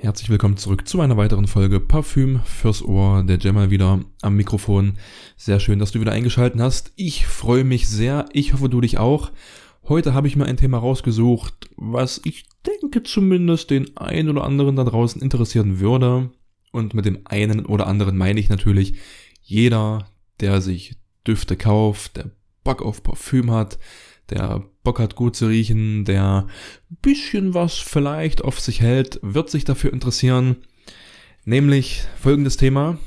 Herzlich willkommen zurück zu einer weiteren Folge Parfüm fürs Ohr. Der Jamal wieder am Mikrofon. Sehr schön, dass du wieder eingeschaltet hast. Ich freue mich sehr. Ich hoffe, du dich auch. Heute habe ich mir ein Thema rausgesucht, was ich denke zumindest den einen oder anderen da draußen interessieren würde. Und mit dem einen oder anderen meine ich natürlich jeder, der sich Düfte kauft, der Bock auf Parfüm hat, der Bock hat gut zu riechen, der ein bisschen was vielleicht auf sich hält, wird sich dafür interessieren. Nämlich folgendes Thema.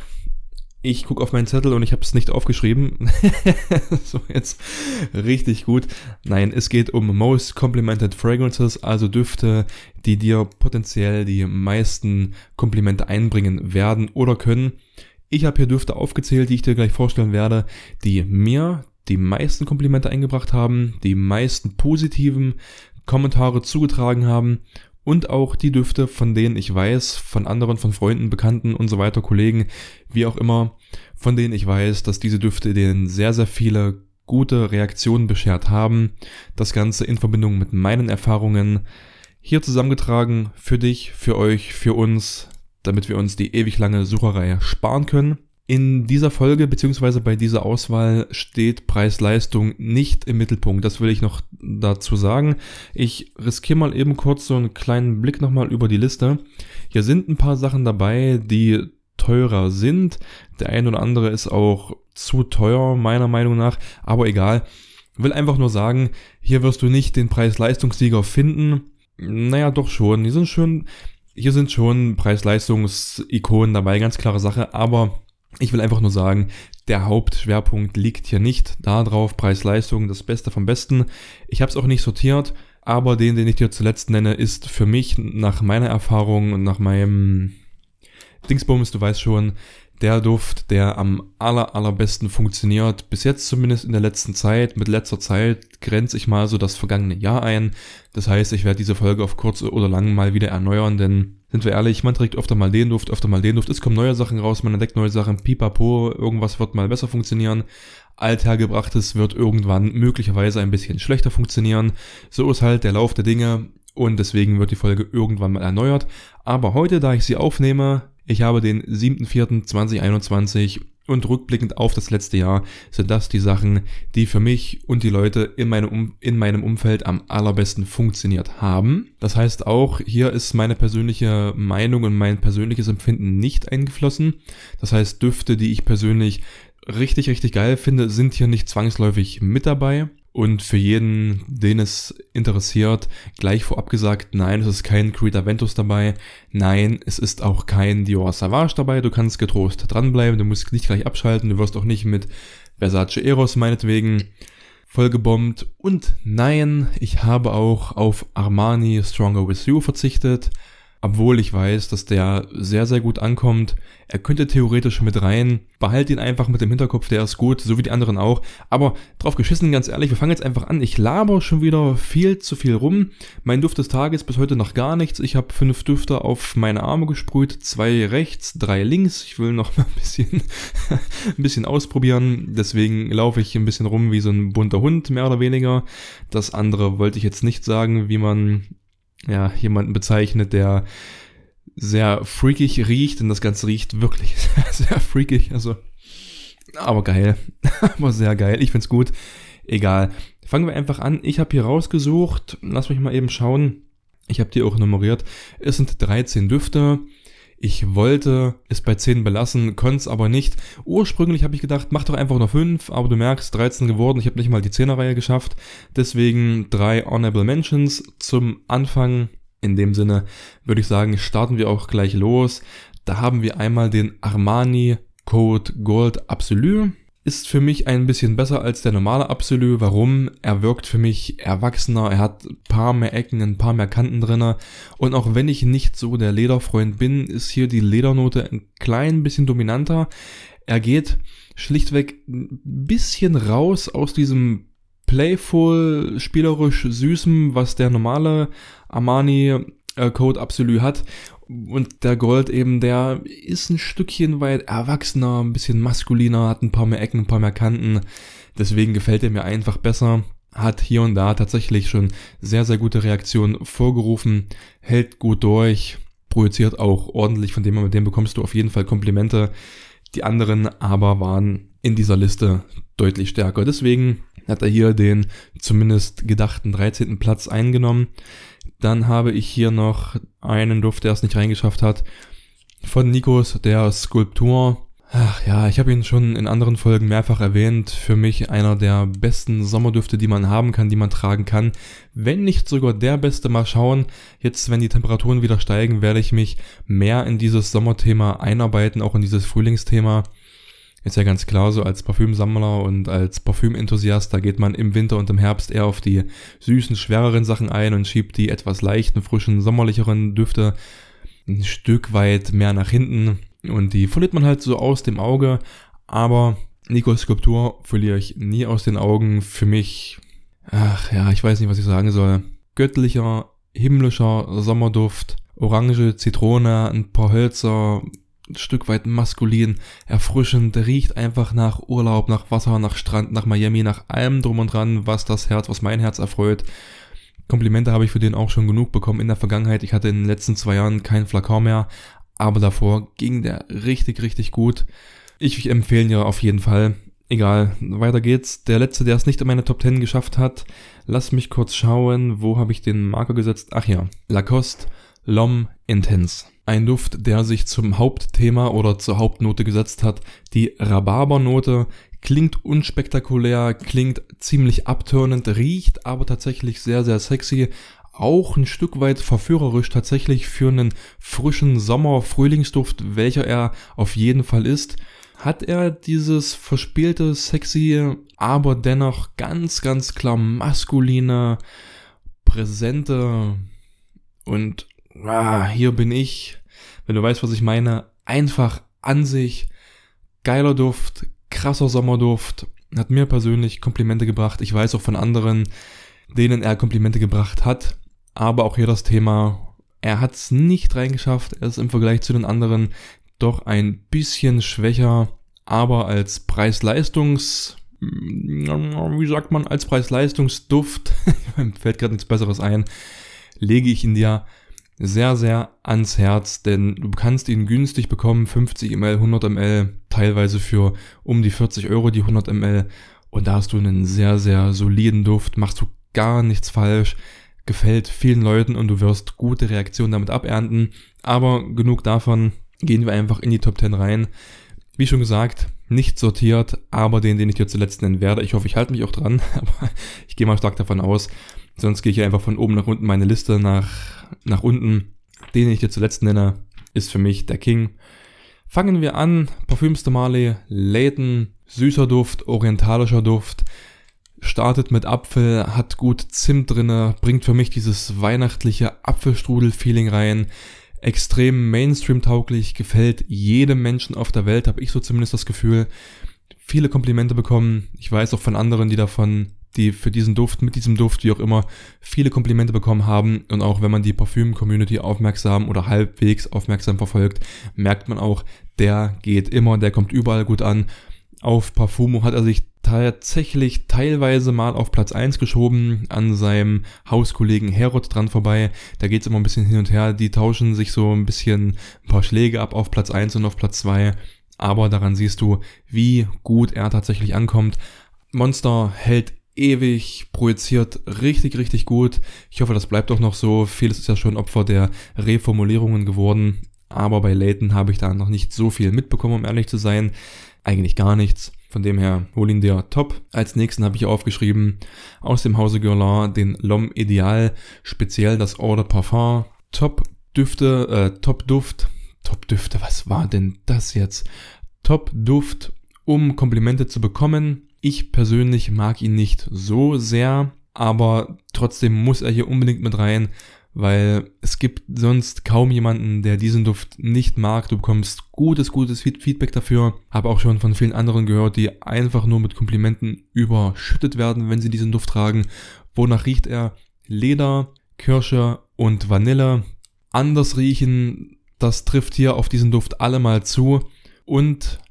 Ich gucke auf meinen Zettel und ich habe es nicht aufgeschrieben. So, jetzt richtig gut. Nein, es geht um Most Complimented Fragrances, also Düfte, die dir potenziell die meisten Komplimente einbringen werden oder können. Ich habe hier Düfte aufgezählt, die ich dir gleich vorstellen werde, die mir die meisten Komplimente eingebracht haben, die meisten positiven Kommentare zugetragen haben und auch die Düfte, von denen ich weiß, von anderen, von Freunden, Bekannten und so weiter, Kollegen, wie auch immer, von denen ich weiß, dass diese Düfte denen sehr, sehr viele gute Reaktionen beschert haben. Das Ganze in Verbindung mit meinen Erfahrungen hier zusammengetragen für dich, für euch, für uns, damit wir uns die ewig lange Sucherei sparen können. In dieser Folge bzw. bei dieser Auswahl steht Preis-Leistung nicht im Mittelpunkt. Das will ich noch dazu sagen. Ich riskiere mal eben kurz so einen kleinen Blick nochmal über die Liste. Hier sind ein paar Sachen dabei, die teurer sind. Der ein oder andere ist auch zu teuer, meiner Meinung nach. Aber egal. Ich will einfach nur sagen, hier wirst du nicht den Preis-Leistungssieger finden. Naja, doch schon. Hier sind schon Preis-Leistungs-Ikonen dabei, ganz klare Sache. Aber ich will einfach nur sagen, der Hauptschwerpunkt liegt hier nicht darauf, Preis-Leistung, das Beste vom Besten. Ich habe es auch nicht sortiert, aber den ich dir zuletzt nenne, ist für mich nach meiner Erfahrung und nach meinem Dingsbums, du weißt schon, der Duft, der am allerbesten funktioniert. Bis jetzt zumindest in der letzten Zeit. Mit letzter Zeit grenze ich mal so das vergangene Jahr ein. Das heißt, ich werde diese Folge auf kurz oder lang mal wieder erneuern, denn sind wir ehrlich, man trägt öfter mal den Duft. Es kommen neue Sachen raus, man entdeckt neue Sachen, pipapo, irgendwas wird mal besser funktionieren. Althergebrachtes wird irgendwann möglicherweise ein bisschen schlechter funktionieren. So ist halt der Lauf der Dinge und deswegen wird die Folge irgendwann mal erneuert. Aber heute, da ich sie aufnehme, ich habe den 7.4.2021 und rückblickend auf das letzte Jahr sind das die Sachen, die für mich und die Leute in meinem Umfeld am allerbesten funktioniert haben. Das heißt auch, hier ist meine persönliche Meinung und mein persönliches Empfinden nicht eingeflossen. Das heißt, Düfte, die ich persönlich richtig geil finde, sind hier nicht zwangsläufig mit dabei. Und für jeden, den es interessiert, gleich vorab gesagt, nein, es ist kein Creed Aventus dabei, nein, es ist auch kein Dior Sauvage dabei, du kannst getrost dranbleiben, du musst nicht gleich abschalten, du wirst auch nicht mit Versace Eros meinetwegen vollgebombt. Und nein, ich habe auch auf Armani Stronger With You verzichtet, obwohl ich weiß, dass der sehr, sehr gut ankommt. Er könnte theoretisch mit rein. Behalt ihn einfach mit dem Hinterkopf, der ist gut, so wie die anderen auch. Aber drauf geschissen, ganz ehrlich, wir fangen jetzt einfach an. Ich laber schon wieder viel zu viel rum. Mein Duft des Tages bis heute noch gar nichts. Ich habe 5 Düfte auf meine Arme gesprüht. 2 rechts, 3 links. Ich will noch mal ein bisschen ausprobieren. Deswegen laufe ich ein bisschen rum wie so ein bunter Hund, mehr oder weniger. Das andere wollte ich jetzt nicht sagen, wie man jemanden bezeichnet, der sehr freakig riecht, denn das Ganze riecht wirklich sehr freakig, also, aber geil, aber sehr geil, ich find's gut, egal. Fangen wir einfach an, ich habe hier rausgesucht, lass mich mal eben schauen, ich habe die auch nummeriert, es sind 13 Düfte. Ich wollte es bei 10 belassen, konnte es aber nicht. Ursprünglich habe ich gedacht, mach doch einfach nur 5, aber du merkst, 13 geworden. Ich habe nicht mal die 10er-Reihe geschafft. Deswegen 3 Honorable Mentions zum Anfang. In dem Sinne würde ich sagen, starten wir auch gleich los. Da haben wir einmal den Armani Code Gold Absolu. Ist für mich ein bisschen besser als der normale Absolu. Warum? Er wirkt für mich erwachsener, er hat ein paar mehr Ecken, ein paar mehr Kanten drinne. Und auch wenn ich nicht so der Lederfreund bin, ist hier die Ledernote ein klein bisschen dominanter. Er geht schlichtweg ein bisschen raus aus diesem playful, spielerisch süßen, was der normale Armani Code Absolu hat. Und der Gold eben, der ist ein Stückchen weit erwachsener, ein bisschen maskuliner, hat ein paar mehr Ecken, ein paar mehr Kanten. Deswegen gefällt er mir einfach besser. Hat hier und da tatsächlich schon sehr, sehr gute Reaktionen vorgerufen. Hält gut durch. projiziert auch ordentlich, mit dem bekommst du auf jeden Fall Komplimente. Die anderen aber waren in dieser Liste deutlich stärker. Deswegen hat er hier den zumindest gedachten 13. Platz eingenommen. Dann habe ich hier noch einen Duft, der es nicht reingeschafft hat, von Nikos, der Sculptur. Ach ja, ich habe ihn schon in anderen Folgen mehrfach erwähnt. Für mich einer der besten Sommerdüfte, die man haben kann, die man tragen kann. Wenn nicht sogar der beste, mal schauen. Jetzt, wenn die Temperaturen wieder steigen, werde ich mich mehr in dieses Sommerthema einarbeiten, auch in dieses Frühlingsthema. Ist ja ganz klar, so als Parfümsammler und als Parfümenthusiast, da geht man im Winter und im Herbst eher auf die süßen, schwereren Sachen ein und schiebt die etwas leichten, frischen, sommerlicheren Düfte ein Stück weit mehr nach hinten. Und die verliert man halt so aus dem Auge, aber Nikos Sculptur verliere ich nie aus den Augen. Für mich, ach ja, ich weiß nicht, was ich sagen soll. Göttlicher, himmlischer Sommerduft, Orange, Zitrone, ein paar Hölzer, ein Stück weit maskulin, erfrischend, riecht einfach nach Urlaub, nach Wasser, nach Strand, nach Miami, nach allem drum und dran, was mein Herz erfreut. Komplimente habe ich für den auch schon genug bekommen in der Vergangenheit. Ich hatte in den letzten 2 Jahren keinen Flakon mehr, aber davor ging der richtig, richtig gut. Ich empfehle ihn ja auf jeden Fall. Egal, weiter geht's. Der letzte, der es nicht in meine Top 10 geschafft hat, lass mich kurz schauen, wo habe ich den Marker gesetzt? Ach ja, Lacoste L'Homme Intense. Ein Duft, der sich zum Hauptthema oder zur Hauptnote gesetzt hat. Die Rhabarbernote klingt unspektakulär, klingt ziemlich abturnend, riecht aber tatsächlich sehr, sehr sexy. Auch ein Stück weit verführerisch tatsächlich für einen frischen Sommer-Frühlingsduft, welcher er auf jeden Fall ist. Hat er dieses verspielte, sexy, aber dennoch ganz, ganz klar maskuline, präsente und hier bin ich, wenn du weißt, was ich meine, einfach an sich geiler Duft, krasser Sommerduft, hat mir persönlich Komplimente gebracht. Ich weiß auch von anderen, denen er Komplimente gebracht hat, aber auch hier das Thema, er hat es nicht reingeschafft, er ist im Vergleich zu den anderen doch ein bisschen schwächer, aber als als Preis-Leistungsduft, mir fällt gerade nichts Besseres ein, lege ich ihn dir sehr, sehr ans Herz, denn du kannst ihn günstig bekommen, 50 ml, 100 ml, teilweise für um die 40 € die 100 ml und da hast du einen sehr, sehr soliden Duft, machst du gar nichts falsch, gefällt vielen Leuten und du wirst gute Reaktionen damit abernten, aber genug davon, gehen wir einfach in die Top 10 rein. Wie schon gesagt, nicht sortiert, aber den ich dir zuletzt nennen werde. Ich hoffe, ich halte mich auch dran, aber ich gehe mal stark davon aus, sonst gehe ich einfach von oben nach unten meine Liste nach unten. Den ich dir zuletzt nenne, ist für mich der King. Fangen wir an. Parfüms de Marly, Layton, süßer Duft, orientalischer Duft. Startet mit Apfel, hat gut Zimt drinne, bringt für mich dieses weihnachtliche Apfelstrudel-Feeling rein. Extrem Mainstream-tauglich, gefällt jedem Menschen auf der Welt, habe ich so zumindest das Gefühl. Viele Komplimente bekommen. Ich weiß auch von anderen, die für diesen Duft, mit diesem Duft, wie auch immer, viele Komplimente bekommen haben. Und auch wenn man die Parfüm-Community aufmerksam oder halbwegs aufmerksam verfolgt, merkt man auch, der geht immer, der kommt überall gut an. Auf Parfumo hat er sich tatsächlich teilweise mal auf Platz 1 geschoben, an seinem Hauskollegen Herod dran vorbei. Da geht's immer ein bisschen hin und her, die tauschen sich so ein paar Schläge ab auf Platz 1 und auf Platz 2. Aber daran siehst du, wie gut er tatsächlich ankommt. Monster hält ewig, projiziert richtig, richtig gut. Ich hoffe, das bleibt auch noch so. Vieles ist ja schon Opfer der Reformulierungen geworden. Aber bei Layton habe ich da noch nicht so viel mitbekommen, um ehrlich zu sein. Eigentlich gar nichts. Von dem her, hol ihn dir top. Als nächsten habe ich aufgeschrieben, aus dem Hause Guerlain, den L'Homme Ideal, speziell das Eau de Parfum. Top-Düfte, was war denn das jetzt? Top-Duft, um Komplimente zu bekommen. Ich persönlich mag ihn nicht so sehr, aber trotzdem muss er hier unbedingt mit rein, weil es gibt sonst kaum jemanden, der diesen Duft nicht mag. Du bekommst gutes Feedback dafür. Habe auch schon von vielen anderen gehört, die einfach nur mit Komplimenten überschüttet werden, wenn sie diesen Duft tragen. Wonach riecht er? Leder, Kirsche und Vanille. Anders riechen, das trifft hier auf diesen Duft allemal zu. Und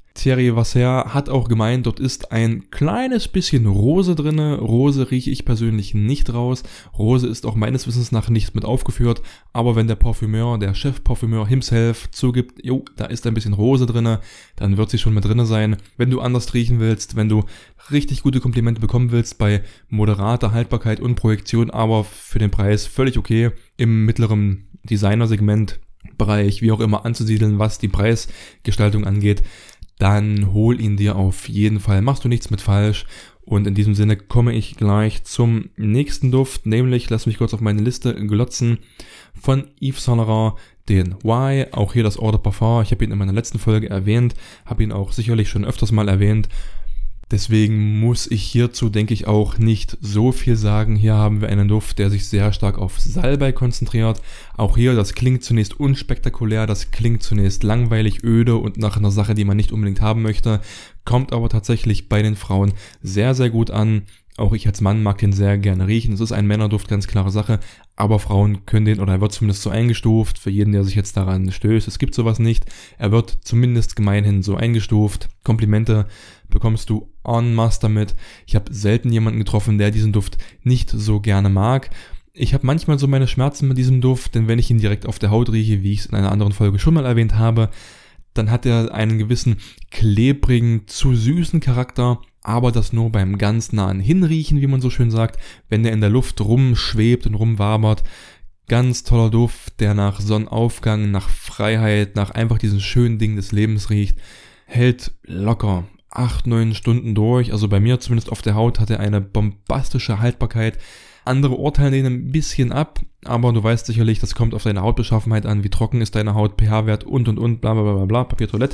Thierry Vasser hat auch gemeint, dort ist ein kleines bisschen Rose drinne. Rose rieche ich persönlich nicht raus. Rose ist auch meines Wissens nach nicht mit aufgeführt. Aber wenn der Parfümeur, der Chefparfümeur himself zugibt, jo, da ist ein bisschen Rose drinne, dann wird sie schon mit drinne sein. Wenn du anders riechen willst, wenn du richtig gute Komplimente bekommen willst bei moderater Haltbarkeit und Projektion, aber für den Preis völlig okay, im mittleren Designer-Segment Bereich, wie auch immer anzusiedeln, was die Preisgestaltung angeht, dann hol ihn dir auf jeden Fall. Machst du nichts mit falsch. Und in diesem Sinne komme ich gleich zum nächsten Duft, nämlich, lass mich kurz auf meine Liste glotzen, von Yves Saint Laurent, den Y, auch hier das Eau de Parfum. Ich habe ihn in meiner letzten Folge erwähnt, habe ihn auch sicherlich schon öfters mal erwähnt. Deswegen muss ich hierzu, denke ich, auch nicht so viel sagen. Hier haben wir einen Duft, der sich sehr stark auf Salbei konzentriert. Auch hier, das klingt zunächst unspektakulär, das klingt zunächst langweilig, öde und nach einer Sache, die man nicht unbedingt haben möchte, kommt aber tatsächlich bei den Frauen sehr, sehr gut an. Auch ich als Mann mag den sehr gerne riechen. Es ist ein Männerduft, ganz klare Sache. Aber Frauen können den, oder er wird zumindest so eingestuft, für jeden, der sich jetzt daran stößt. Es gibt sowas nicht. Er wird zumindest gemeinhin so eingestuft. Komplimente bekommst du en masse damit. Ich habe selten jemanden getroffen, der diesen Duft nicht so gerne mag. Ich habe manchmal so meine Schmerzen mit diesem Duft, denn wenn ich ihn direkt auf der Haut rieche, wie ich es in einer anderen Folge schon mal erwähnt habe, dann hat er einen gewissen klebrigen, zu süßen Charakter, aber das nur beim ganz nahen Hinriechen, wie man so schön sagt, wenn der in der Luft rumschwebt und rumwabert. Ganz toller Duft, der nach Sonnenaufgang, nach Freiheit, nach einfach diesen schönen Dingen des Lebens riecht. Hält locker 8-9 Stunden durch, also bei mir zumindest auf der Haut hat er eine bombastische Haltbarkeit. Andere urteilen den ein bisschen ab, aber du weißt sicherlich, das kommt auf deine Hautbeschaffenheit an, wie trocken ist deine Haut, pH-Wert und, bla bla bla bla, Papiertoilette.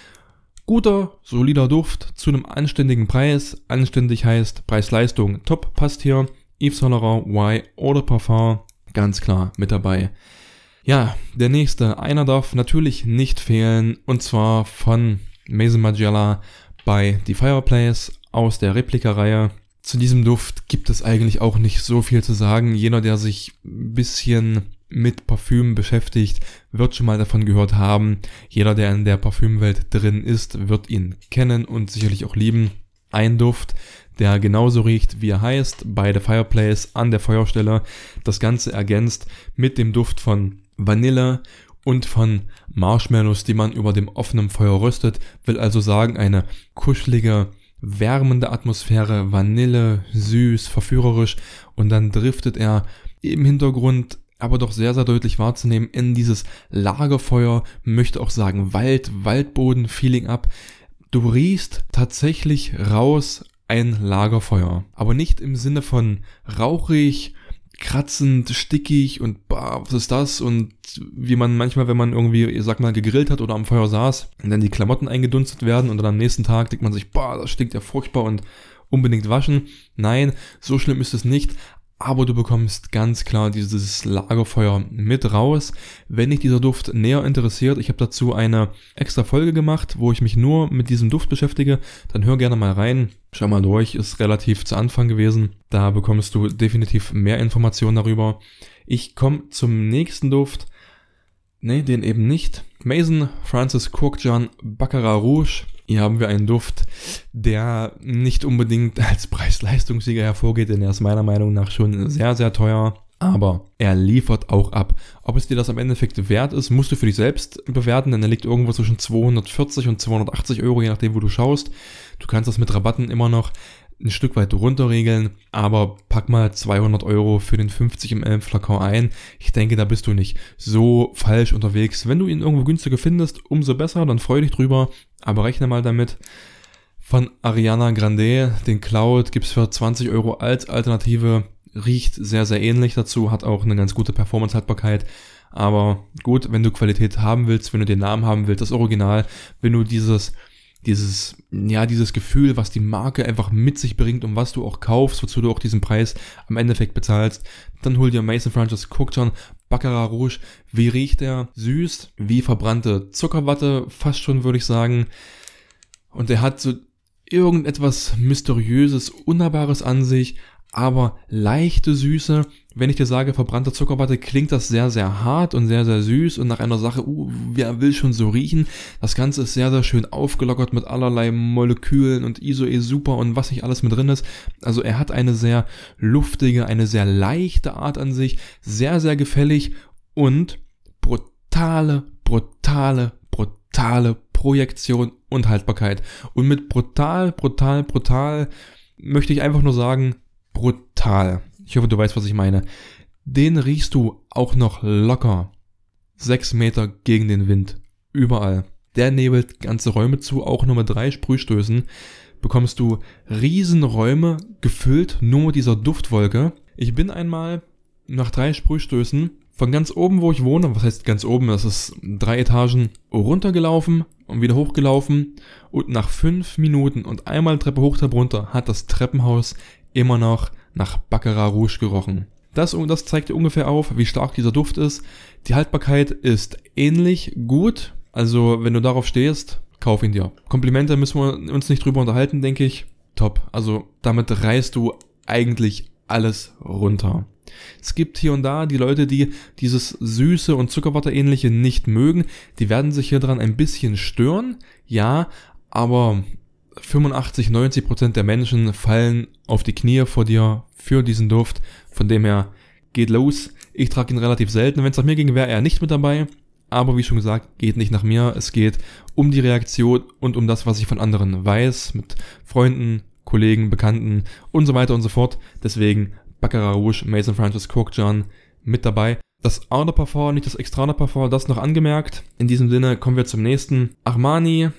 Guter, solider Duft zu einem anständigen Preis. Anständig heißt Preis-Leistung top, passt hier. Yves Saint Laurent Y Eau de Parfum, ganz klar mit dabei. Ja, der nächste, einer darf natürlich nicht fehlen, und zwar von Maison Margiela bei The Fireplace aus der Replika-Reihe. Zu diesem Duft gibt es eigentlich auch nicht so viel zu sagen. Jeder, der sich ein bisschen mit Parfüm beschäftigt, wird schon mal davon gehört haben. Jeder, der in der Parfümwelt drin ist, wird ihn kennen und sicherlich auch lieben. Ein Duft, der genauso riecht, wie er heißt, bei The Fireplace an der Feuerstelle. Das Ganze ergänzt mit dem Duft von Vanille und von Marshmallows, die man über dem offenen Feuer röstet. Will also sagen, eine kuschelige, wärmende Atmosphäre, Vanille, süß, verführerisch, und dann driftet er im Hintergrund, aber doch sehr, sehr deutlich wahrzunehmen, in dieses Lagerfeuer, möchte auch sagen Waldboden-Feeling ab. Du riechst tatsächlich raus ein Lagerfeuer, aber nicht im Sinne von rauchig, kratzend, stickig und bah, was ist das? Und wie man manchmal, wenn man irgendwie, ich sag mal, gegrillt hat oder am Feuer saß und dann die Klamotten eingedunstet werden und dann am nächsten Tag denkt man sich, bah, das stinkt ja furchtbar und unbedingt waschen. Nein, so schlimm ist es nicht. Aber du bekommst ganz klar dieses Lagerfeuer mit raus. Wenn dich dieser Duft näher interessiert, ich habe dazu eine extra Folge gemacht, wo ich mich nur mit diesem Duft beschäftige, dann hör gerne mal rein. Schau mal durch, ist relativ zu Anfang gewesen. Da bekommst du definitiv mehr Informationen darüber. Ich komme zum nächsten Duft. Ne, den eben nicht. Maison Francis Kurkdjian Baccarat Rouge. Hier haben wir einen Duft, der nicht unbedingt als Preis-Leistungssieger hervorgeht, denn er ist meiner Meinung nach schon sehr, sehr teuer. Aber er liefert auch ab. Ob es dir das am Endeffekt wert ist, musst du für dich selbst bewerten, denn er liegt irgendwo zwischen 240 und 280 Euro, je nachdem, wo du schaust. Du kannst das mit Rabatten immer noch ein Stück weit runterregeln, aber pack mal 200 Euro für den 50 ml Flakon ein. Ich denke, da bist du nicht so falsch unterwegs. Wenn du ihn irgendwo günstiger findest, umso besser, dann freu dich drüber, aber rechne mal damit. Von Ariana Grande, den Cloud, gibt's für 20 Euro als Alternative, riecht sehr, sehr ähnlich dazu, hat auch eine ganz gute Performance-Haltbarkeit. Aber gut, wenn du Qualität haben willst, wenn du den Namen haben willst, das Original, wenn du dieses Gefühl, was die Marke einfach mit sich bringt und was du auch kaufst, wozu du auch diesen Preis am Endeffekt bezahlst, dann hol dir Maison Francis Kurkdjian Baccarat Rouge. Wie riecht der? Süß, wie verbrannte Zuckerwatte, fast schon, würde ich sagen. Und er hat so irgendetwas Mysteriöses, Unnahbares an sich, aber leichte Süße. Wenn ich dir sage, verbrannte Zuckerwatte, klingt das sehr, sehr hart und sehr, sehr süß und nach einer Sache, wer will schon so riechen. Das Ganze ist sehr, sehr schön aufgelockert mit allerlei Molekülen und Isoe Super und was nicht alles mit drin ist. Also er hat eine sehr luftige, eine sehr leichte Art an sich, sehr, sehr gefällig und brutale Projektion und Haltbarkeit. Und mit brutal möchte ich einfach nur sagen, brutal. Ich hoffe, du weißt, was ich meine. Den riechst du auch noch locker 6 Meter gegen den Wind. Überall. Der nebelt ganze Räume zu, auch nur mit 3 Sprühstößen bekommst du Riesenräume gefüllt nur mit dieser Duftwolke. Ich bin einmal nach 3 Sprühstößen von ganz oben, wo ich wohne, was heißt ganz oben, das ist 3 Etagen, runtergelaufen und wieder hochgelaufen und nach 5 Minuten und einmal Treppe hoch, Treppe runter hat das Treppenhaus immer noch nach Baccarat Rouge gerochen. Das zeigt dir ungefähr auf, wie stark dieser Duft ist. Die Haltbarkeit ist ähnlich gut, also wenn du darauf stehst, kauf ihn dir. Komplimente müssen wir uns nicht drüber unterhalten, denke ich. Top, also damit reißt du eigentlich alles runter. Es gibt hier und da die Leute, die dieses süße und Zuckerwatte-ähnliche nicht mögen. Die werden sich hier dran ein bisschen stören, ja, aber 85-90% der Menschen fallen auf die Knie vor dir für diesen Duft. Von dem her, geht los. Ich trage ihn relativ selten. Wenn es nach mir ging, wäre er nicht mit dabei. Aber wie schon gesagt, geht nicht nach mir. Es geht um die Reaktion und um das, was ich von anderen weiß. Mit Freunden, Kollegen, Bekannten und so weiter und so fort. Deswegen Baccarat Rouge, Maison Francis Kurkdjian mit dabei. Das Eau de Parfum, nicht das Extra de Parfum, das noch angemerkt. In diesem Sinne kommen wir zum nächsten. Armani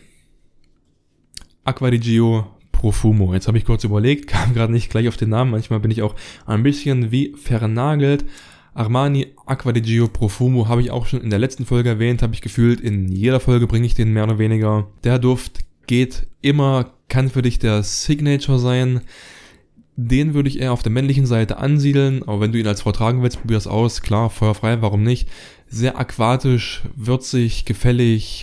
Acqua di Gio Profumo. Jetzt habe ich kurz überlegt, kam gerade nicht gleich auf den Namen. Manchmal bin ich auch ein bisschen wie vernagelt. Armani Acqua di Gio Profumo habe ich auch schon in der letzten Folge erwähnt, habe ich gefühlt. In jeder Folge bringe ich den mehr oder weniger. Der Duft geht immer, kann für dich der Signature sein. Den würde ich eher auf der männlichen Seite ansiedeln, aber wenn du ihn als Frau tragen willst, probier es aus. Klar, feuerfrei, warum nicht? Sehr aquatisch, würzig, gefällig,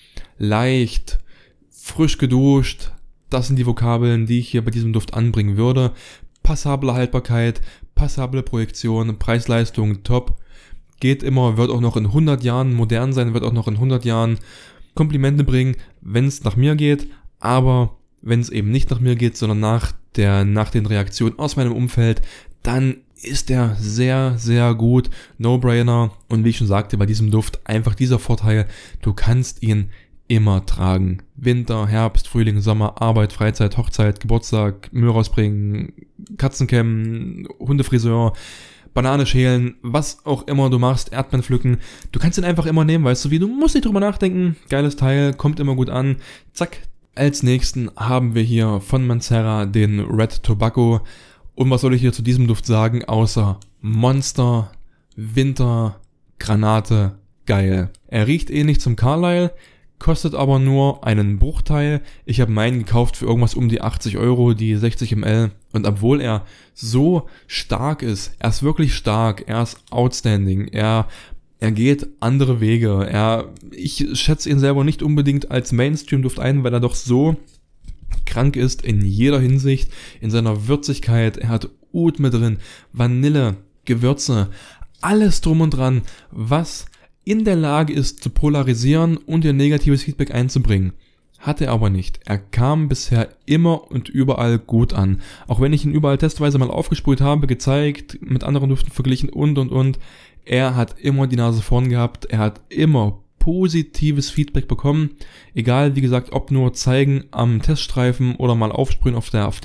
leicht, frisch geduscht. Das sind die Vokabeln, die ich hier bei diesem Duft anbringen würde. Passable Haltbarkeit, passable Projektion, Preis-Leistung, top. Geht immer, wird auch noch in 100 Jahren modern sein, wird auch noch in 100 Jahren Komplimente bringen, wenn es nach mir geht. Aber wenn es eben nicht nach mir geht, sondern nach den Reaktionen aus meinem Umfeld, dann ist er sehr, sehr gut. No-brainer. Und wie ich schon sagte, bei diesem Duft einfach dieser Vorteil, du kannst ihn immer tragen. Winter, Herbst, Frühling, Sommer, Arbeit, Freizeit, Hochzeit, Geburtstag, Müll rausbringen, Katzenkämmen, Hundefriseur, Banane schälen, was auch immer du machst, Erdbeeren pflücken. Du kannst ihn einfach immer nehmen, weißt du wie, du musst nicht drüber nachdenken. Geiles Teil, kommt immer gut an. Zack. Als nächsten haben wir hier von Mancera den Red Tobacco. Und was soll ich hier zu diesem Duft sagen, außer Monster, Winter, Granate, geil. Er riecht ähnlich zum Carlyle, kostet aber nur einen Bruchteil. Ich habe meinen gekauft für irgendwas um die 80 €, die 60 ml. Und obwohl er so stark ist, er ist wirklich stark, er ist outstanding, er geht andere Wege. Ich schätze ihn selber nicht unbedingt als Mainstream-Duft ein, weil er doch so krank ist in jeder Hinsicht, in seiner Würzigkeit. Er hat Oud mit drin, Vanille, Gewürze, alles drum und dran, was in der Lage ist zu polarisieren und ihr negatives Feedback einzubringen. Hat er aber nicht. Er kam bisher immer und überall gut an. Auch wenn ich ihn überall testweise mal aufgesprüht habe, gezeigt, mit anderen Düften verglichen und. Er hat immer die Nase vorn gehabt. Er hat immer positives Feedback bekommen. Egal, wie gesagt, ob nur zeigen am Teststreifen oder mal aufsprühen auf der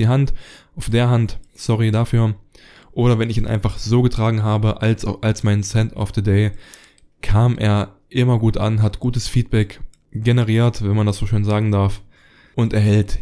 Hand, sorry dafür. Oder wenn ich ihn einfach so getragen habe, als mein Scent of the Day, kam er immer gut an, hat gutes Feedback generiert, wenn man das so schön sagen darf. Und er hält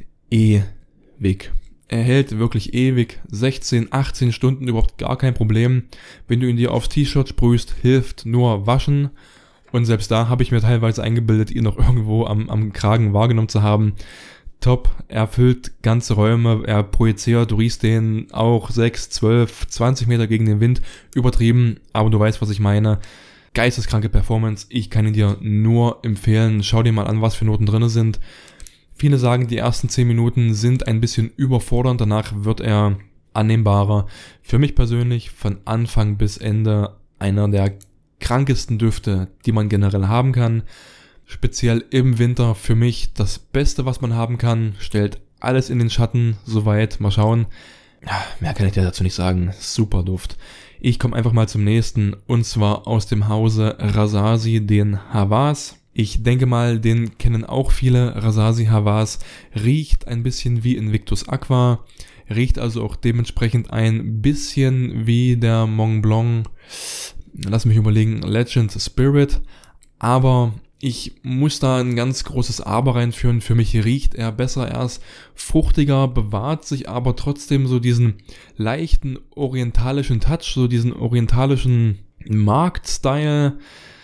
ewig. Er hält wirklich ewig. 16, 18 Stunden überhaupt gar kein Problem. Wenn du ihn dir aufs T-Shirt sprühst, hilft nur waschen. Und selbst da habe ich mir teilweise eingebildet, ihn noch irgendwo am Kragen wahrgenommen zu haben. Top, er füllt ganze Räume, er projiziert, du riechst den auch 6, 12, 20 Meter gegen den Wind. Übertrieben, aber du weißt, was ich meine. Geisteskranke Performance, ich kann ihn dir nur empfehlen. Schau dir mal an, was für Noten drin sind. Viele sagen, die ersten 10 Minuten sind ein bisschen überfordernd, danach wird er annehmbarer. Für mich persönlich von Anfang bis Ende einer der krankesten Düfte, die man generell haben kann. Speziell im Winter für mich das Beste, was man haben kann. Stellt alles in den Schatten, soweit. Mal schauen. Ja, mehr kann ich dir dazu nicht sagen. Super Duft. Ich komme einfach mal zum nächsten, und zwar aus dem Hause Rasasi, den Havas. Ich denke mal, den kennen auch viele. Rasasi Havas riecht ein bisschen wie Invictus Aqua, riecht also auch dementsprechend ein bisschen wie der Mont Blanc, lass mich überlegen, Legend Spirit, aber ich muss da ein ganz großes Aber reinführen. Für mich riecht er besser, er ist fruchtiger, bewahrt sich aber trotzdem so diesen leichten orientalischen Touch, so diesen orientalischen Marktstyle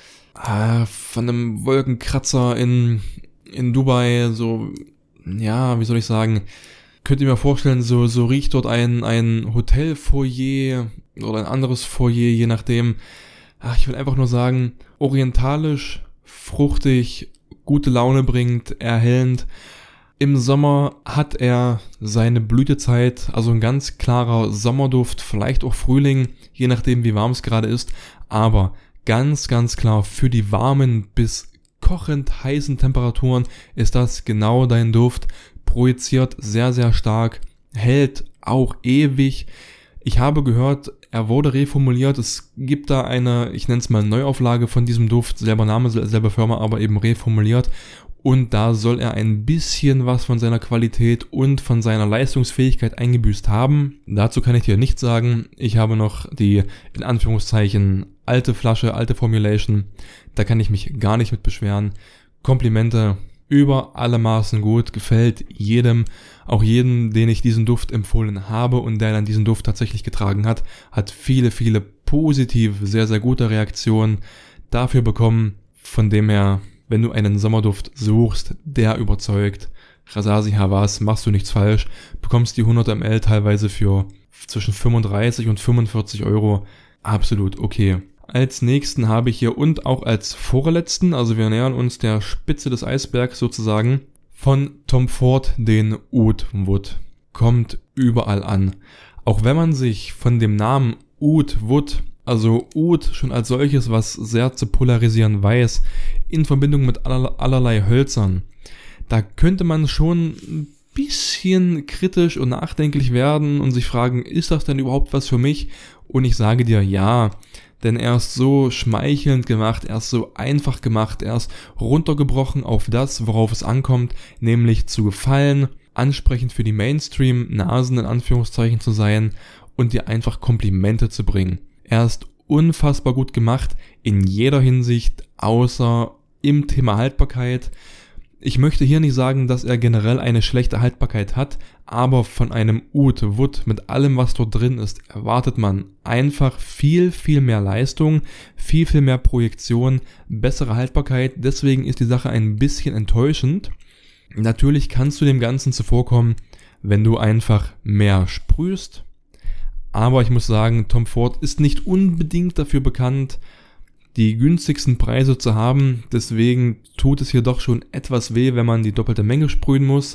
von einem Wolkenkratzer in Dubai, so, ja, wie soll ich sagen, könnt ihr mir vorstellen, so riecht dort ein Hotelfoyer oder ein anderes Foyer, je nachdem. Ich will einfach nur sagen, orientalisch, fruchtig, gute Laune bringt, erhellend. Im Sommer hat er seine Blütezeit, also ein ganz klarer Sommerduft, vielleicht auch Frühling, je nachdem wie warm es gerade ist, aber ganz, ganz klar für die warmen bis kochend heißen Temperaturen ist das genau dein Duft, projiziert sehr, sehr stark, hält auch ewig. Ich habe gehört, er wurde reformuliert, es gibt da eine, ich nenne es mal Neuauflage von diesem Duft, selber Name, selber Firma, aber eben reformuliert, und da soll er ein bisschen was von seiner Qualität und von seiner Leistungsfähigkeit eingebüßt haben. Dazu kann ich dir nichts sagen, ich habe noch die, in Anführungszeichen, alte Flasche, alte Formulation, da kann ich mich gar nicht mit beschweren. Komplimente über alle Maßen gut, gefällt jedem, auch jedem, den ich diesen Duft empfohlen habe und der dann diesen Duft tatsächlich getragen hat, hat viele, viele positive, sehr, sehr gute Reaktionen dafür bekommen. Von dem her, wenn du einen Sommerduft suchst, der überzeugt, Rasasi Havas, machst du nichts falsch, bekommst die 100 ml teilweise für zwischen 35 und 45 Euro, absolut okay. Als nächsten habe ich hier und auch als vorletzten, also wir nähern uns der Spitze des Eisbergs sozusagen, von Tom Ford den Oud Wood. Kommt überall an. Auch wenn man sich von dem Namen Oud Wood, also Oud schon als solches, was sehr zu polarisieren weiß, in Verbindung mit allerlei Hölzern, da könnte man schon ein bisschen kritisch und nachdenklich werden und sich fragen, ist das denn überhaupt was für mich? Und ich sage dir, ja, denn er ist so schmeichelnd gemacht, er ist so einfach gemacht, er ist runtergebrochen auf das, worauf es ankommt, nämlich zu gefallen, ansprechend für die Mainstream-Nasen in Anführungszeichen zu sein und dir einfach Komplimente zu bringen. Er ist unfassbar gut gemacht in jeder Hinsicht, außer im Thema Haltbarkeit. Ich möchte hier nicht sagen, dass er generell eine schlechte Haltbarkeit hat, aber von einem Oud Wood mit allem, was dort drin ist, erwartet man einfach viel, viel mehr Leistung, viel, viel mehr Projektion, bessere Haltbarkeit. Deswegen ist die Sache ein bisschen enttäuschend. Natürlich kannst du dem Ganzen zuvorkommen, wenn du einfach mehr sprühst. Aber ich muss sagen, Tom Ford ist nicht unbedingt dafür bekannt, die günstigsten Preise zu haben, deswegen tut es hier doch schon etwas weh, wenn man die doppelte Menge sprühen muss.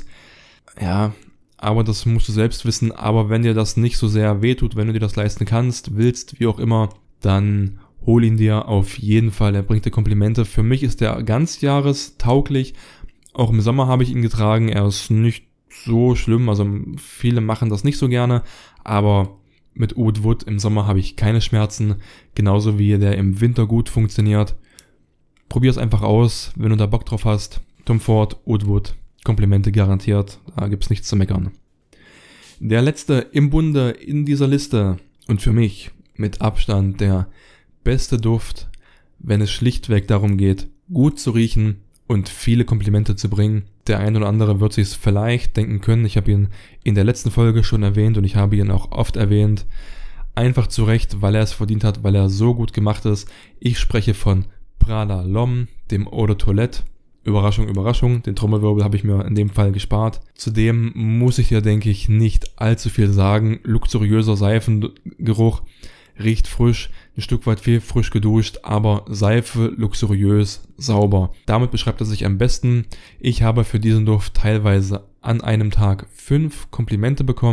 Ja, aber das musst du selbst wissen, aber wenn dir das nicht so sehr weh tut, wenn du dir das leisten kannst, willst, wie auch immer, dann hol ihn dir auf jeden Fall, er bringt dir Komplimente. Für mich ist der ganzjahrestauglich, auch im Sommer habe ich ihn getragen, er ist nicht so schlimm, also viele machen das nicht so gerne, aber mit Oud Wood im Sommer habe ich keine Schmerzen, genauso wie der im Winter gut funktioniert. Probier es einfach aus, wenn du da Bock drauf hast. Tom Ford, Oud Wood, Komplimente garantiert, da gibt's nichts zu meckern. Der letzte im Bunde in dieser Liste und für mich mit Abstand der beste Duft, wenn es schlichtweg darum geht, gut zu riechen und viele Komplimente zu bringen. Der ein oder andere wird sich vielleicht denken können, ich habe ihn in der letzten Folge schon erwähnt und ich habe ihn auch oft erwähnt, einfach zu Recht, weil er es verdient hat, weil er so gut gemacht ist. Ich spreche von Prada L'Homme, dem Eau de Toilette. Überraschung, Überraschung, den Trommelwirbel habe ich mir in dem Fall gespart. Zudem muss ich dir, denke ich, nicht allzu viel sagen. Luxuriöser Seifengeruch, riecht frisch, ein Stück weit viel frisch geduscht, aber Seife, luxuriös, sauber. Damit beschreibt er sich am besten. Ich habe für diesen Duft teilweise an einem Tag 5 Komplimente bekommen.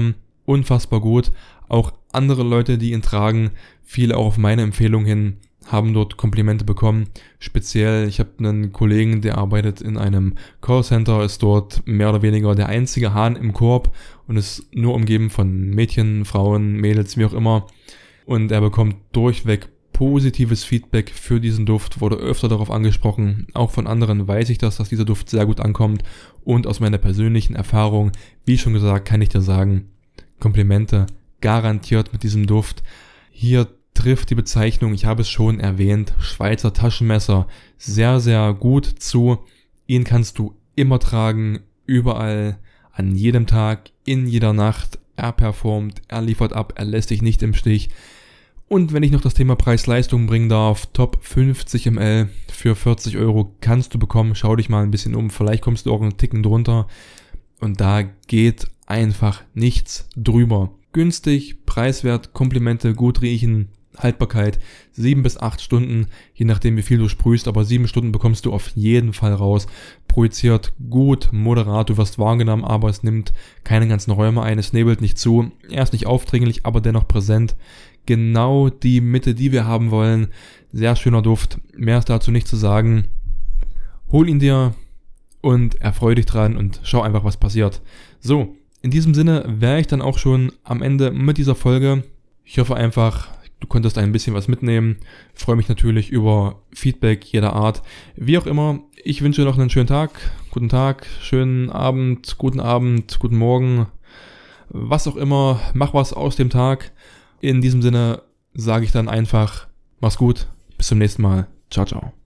unfassbar gut. Auch andere Leute, die ihn tragen, viele auch auf meine Empfehlung hin, haben dort Komplimente bekommen. Speziell, ich habe einen Kollegen, der arbeitet in einem Callcenter, ist dort mehr oder weniger der einzige Hahn im Korb und ist nur umgeben von Mädchen, Frauen, Mädels, wie auch immer. Und er bekommt durchweg positives Feedback für diesen Duft, wurde öfter darauf angesprochen. Auch von anderen weiß ich das, dass dieser Duft sehr gut ankommt. Und aus meiner persönlichen Erfahrung, wie schon gesagt, kann ich dir sagen, Komplimente garantiert mit diesem Duft. Hier trifft die Bezeichnung, ich habe es schon erwähnt, Schweizer Taschenmesser sehr, sehr gut zu. Ihn kannst du immer tragen, überall, an jedem Tag, in jeder Nacht. Er performt, er liefert ab, er lässt dich nicht im Stich. Und wenn ich noch das Thema Preis-Leistung bringen darf, Top 50 ml für 40 Euro kannst du bekommen. Schau dich mal ein bisschen um, vielleicht kommst du auch einen Ticken drunter. Und da geht einfach nichts drüber. Günstig, preiswert, Komplimente, gut riechen, Haltbarkeit 7 bis 8 Stunden, je nachdem wie viel du sprühst, aber 7 Stunden bekommst du auf jeden Fall raus. Projiziert gut, moderat, du wirst wahrgenommen, aber es nimmt keine ganzen Räume ein, es nebelt nicht zu, er ist nicht aufdringlich, aber dennoch präsent. Genau die Mitte, die wir haben wollen. Sehr schöner Duft, mehr ist dazu nicht zu sagen. Hol ihn dir und erfreu dich dran und schau einfach, was passiert. So, in diesem Sinne wäre ich dann auch schon am Ende mit dieser Folge. Ich hoffe einfach, du konntest ein bisschen was mitnehmen. Ich freue mich natürlich über Feedback jeder Art. Wie auch immer, ich wünsche dir noch einen schönen Tag, schönen Abend, guten Morgen, was auch immer. Mach was aus dem Tag. In diesem Sinne sage ich dann einfach, mach's gut, bis zum nächsten Mal. Ciao, ciao.